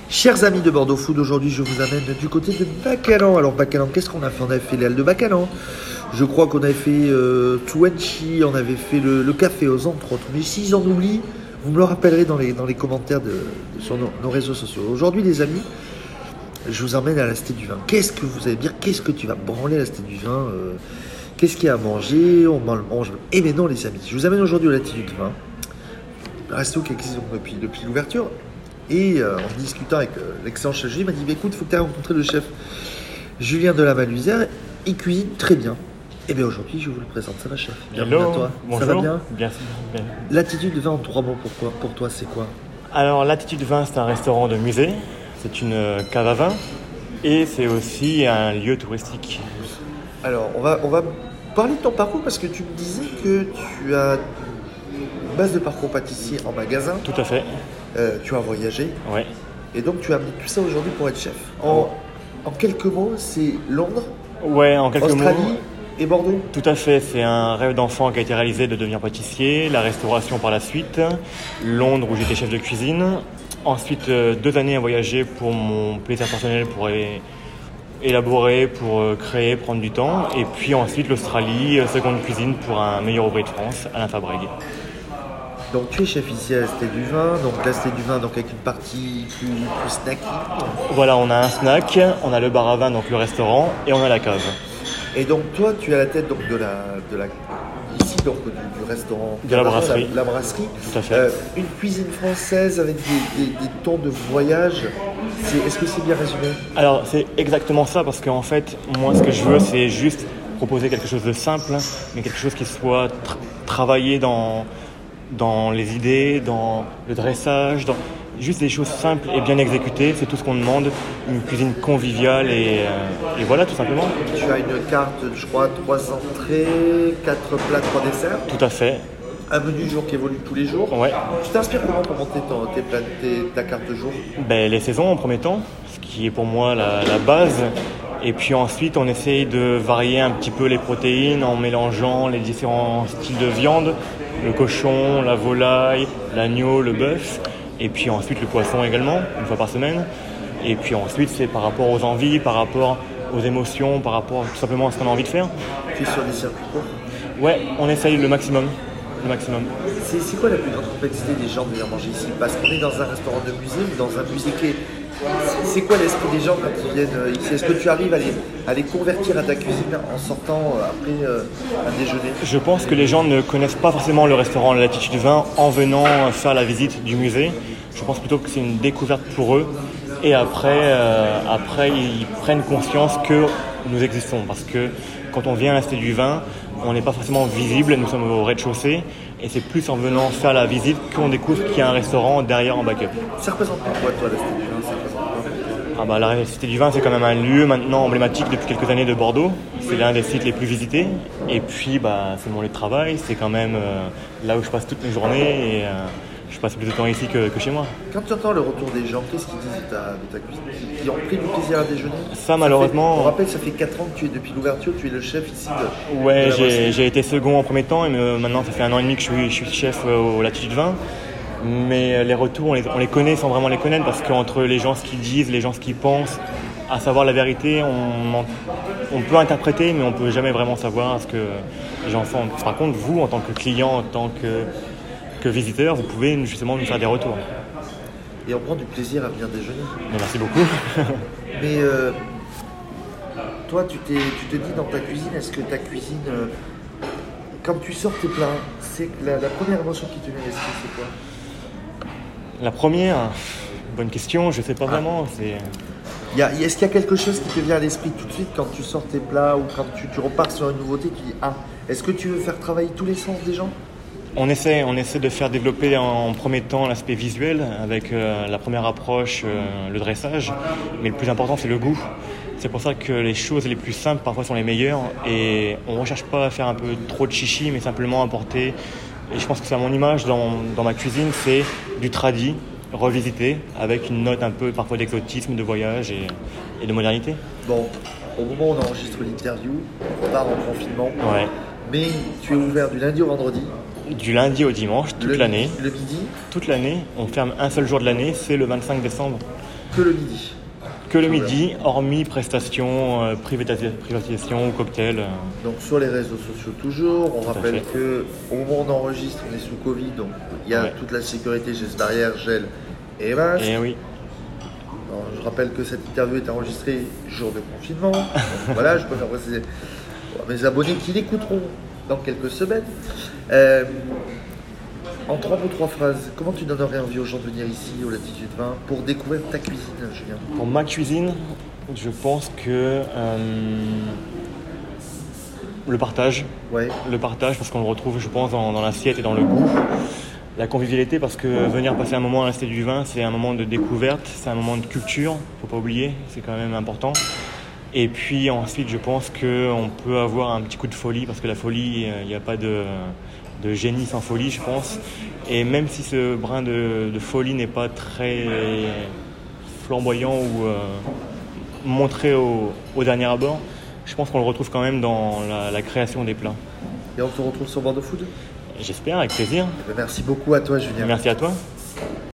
Chers amis de Bordeaux Food, aujourd'hui je vous amène du côté de Bacalan. Alors Bacalan, qu'est-ce qu'on a fait? On avait fait les halles de Bacalan. Je crois qu'on avait fait Twenchi, on avait fait le café aux entre autres. Mais si j'en oublie, vous me le rappellerez dans les commentaires sur nos réseaux sociaux. Aujourd'hui les amis, je vous emmène à la Cité du Vin. Qu'est-ce que vous allez dire? Qu'est-ce que tu vas branler à la Cité du Vin? Qu'est-ce qu'il y a à manger? On mange. Eh bien non les amis, je vous amène aujourd'hui à la Cité du Vin. Le resto qui existe depuis l'ouverture. Et en discutant avec l'excellent chef, il m'a dit écoute, il faut que tu ailles rencontrer le chef Julien de la Malusière, il cuisine très bien. Et bien aujourd'hui, je vous le présente, ça va chef? Bienvenue à toi. Bonjour. Ça va bien? Bien. L'attitude de vin en 3 mots, pour toi, c'est quoi? Alors, l'Attitude Vin, c'est un restaurant de musée, c'est une cave à vin et c'est aussi un lieu touristique. Alors, on va parler de ton parcours parce que tu me disais que tu as une base de parcours pâtissier en magasin. Tout à fait. Tu as voyagé. Ouais. Et donc, tu as amené tout ça aujourd'hui pour être chef. En quelques mots, c'est Londres, Ouais, en quelques Australie mots. et Bordeaux. Tout à fait, c'est un rêve d'enfant qui a été réalisé de devenir pâtissier, la restauration par la suite, Londres où j'étais chef de cuisine, ensuite 2 années à voyager pour mon plaisir personnel, pour élaborer, pour créer, prendre du temps, et puis ensuite l'Australie, seconde cuisine pour un meilleur ouvrier de France, Alain Fabrègue. Donc tu es chef ici à la Cité du Vin, donc la Cité du Vin donc avec une partie plus snacky. Voilà, on a un snack, on a le bar à vin, donc le restaurant, et on a la cave. Et donc toi tu es à la tête donc de la ici donc du restaurant De la brasserie. La brasserie. Tout à fait. Une cuisine française avec des tons de voyage. Est-ce que c'est bien résumé? Alors c'est exactement ça, parce qu'en fait, moi ce que je veux, c'est juste proposer quelque chose de simple, mais quelque chose qui soit travaillé dans les idées, dans le dressage, juste des choses simples et bien exécutées, c'est tout ce qu'on demande, une cuisine conviviale et voilà tout simplement. Tu as une carte, je crois, 3 entrées, 4 plats, 3 desserts. Tout à fait. Un menu du jour qui évolue tous les jours. Ouais. Tu t'inspires comment pour monter ta carte de jour? Les saisons en premier temps, ce qui est pour moi la base. Et puis ensuite, on essaye de varier un petit peu les protéines en mélangeant les différents styles de viande, le cochon, la volaille, l'agneau, le bœuf, et puis ensuite le poisson également, une fois par semaine. Et puis ensuite, c'est par rapport aux envies, par rapport aux émotions, par rapport tout simplement à ce qu'on a envie de faire. Tu es sur des circuits courts? Ouais, on essaye le maximum. C'est quoi la plus grande complexité des gens de venir manger ici? Parce qu'on est dans un restaurant de musée ou dans un musée clé. C'est quoi l'esprit des gens quand ils viennent ici? Est-ce que tu arrives à les convertir à ta cuisine en sortant après un déjeuner? Je pense que les gens ne connaissent pas forcément le restaurant L'Attitude Vin en venant faire la visite du musée. Je pense plutôt que c'est une découverte pour eux. Et après, ils prennent conscience que nous existons. Parce que quand on vient à la Cité du Vin, on n'est pas forcément visible, nous sommes au rez-de-chaussée. Et c'est plus en venant faire la visite qu'on découvre qu'il y a un restaurant derrière en backup. Ça représente quoi toi, la Cité du Vin? Ça représente quoi? La Cité du Vin, c'est quand même un lieu maintenant emblématique depuis quelques années de Bordeaux. C'est l'un des sites les plus visités. Et puis, c'est mon lieu de travail. C'est quand même là où je passe toutes mes journées. Et je passe plus de temps ici que chez moi. Quand tu entends le retour des gens, qu'est-ce qu'ils disent de ta cuisine? Qui ont pris du plaisir à déjeuner? Ça malheureusement... On rappelle, ça fait 4 ans que tu es depuis l'ouverture, tu es le chef ici de... Ouais, j'ai été second en premier temps. Et maintenant, ça fait 1 an et demi que je suis chef au L'Attitude Vin. Mais les retours, on les connaît sans vraiment les connaître, parce qu'entre les gens ce qu'ils disent, les gens ce qu'ils pensent, à savoir la vérité, on peut interpréter, mais on peut jamais vraiment savoir ce que les gens font. Par contre, vous, en tant que client, en tant que visiteur, vous pouvez justement nous faire des retours. Et on prend du plaisir à venir déjeuner. Mais merci beaucoup. Mais toi, tu te dis dans ta cuisine, est-ce que ta cuisine, quand tu sors tes plats, c'est la première émotion qui te vient à l'esprit, c'est quoi? La première, bonne question, je sais pas vraiment. Est-ce qu'il y a quelque chose qui te vient à l'esprit tout de suite quand tu sors tes plats ou quand tu repars sur une nouveauté, tu dis est-ce que tu veux faire travailler tous les sens des gens? On essaie de faire développer en premier temps l'aspect visuel avec la première approche, le dressage, mais le plus important c'est le goût. C'est pour ça que les choses les plus simples parfois sont les meilleures, et on ne recherche pas à faire un peu trop de chichi, mais simplement apporter, et je pense que c'est à mon image dans ma cuisine, c'est du tradi revisité avec une note un peu parfois d'exotisme, de voyage et de modernité. Bon, au moment où on enregistre l'interview, on part en confinement, ouais. Mais tu es ouvert du lundi au vendredi? Du lundi au dimanche, toute l'année. Le midi? Toute l'année. On ferme un seul jour de l'année, c'est le 25 décembre. que le midi. Que le midi, hormis prestations, privatisation ou cocktail. Donc sur les réseaux sociaux toujours. On rappelle fait. qu'au moment où on enregistre, on est sous Covid, donc il y a toute la sécurité, gestes barrières, gel et masque. Et oui. Alors, je rappelle que cette interview est enregistrée jour de confinement. Donc, voilà, je préfère préciser à mes abonnés qui l'écouteront dans quelques semaines. En 3 mots, 3 phrases, comment tu donnerais envie aux gens de venir ici, au Latitude 20, pour découvrir ta cuisine, Julien? Pour ma cuisine, je pense que le partage. Ouais. Le partage, parce qu'on le retrouve, je pense, dans l'assiette et dans le goût. La convivialité, parce que venir passer un moment à l'Institut du Vin, c'est un moment de découverte, c'est un moment de culture, faut pas oublier, c'est quand même important. Et puis ensuite, je pense qu'on peut avoir un petit coup de folie, parce que la folie, il n'y a pas de génie sans folie, je pense. Et même si ce brin de folie n'est pas très flamboyant ou montré au dernier abord, je pense qu'on le retrouve quand même dans la création des plats. Et on te retrouve sur Bordeaux Food? J'espère, avec plaisir. Merci beaucoup à toi, Julien. Merci à toi.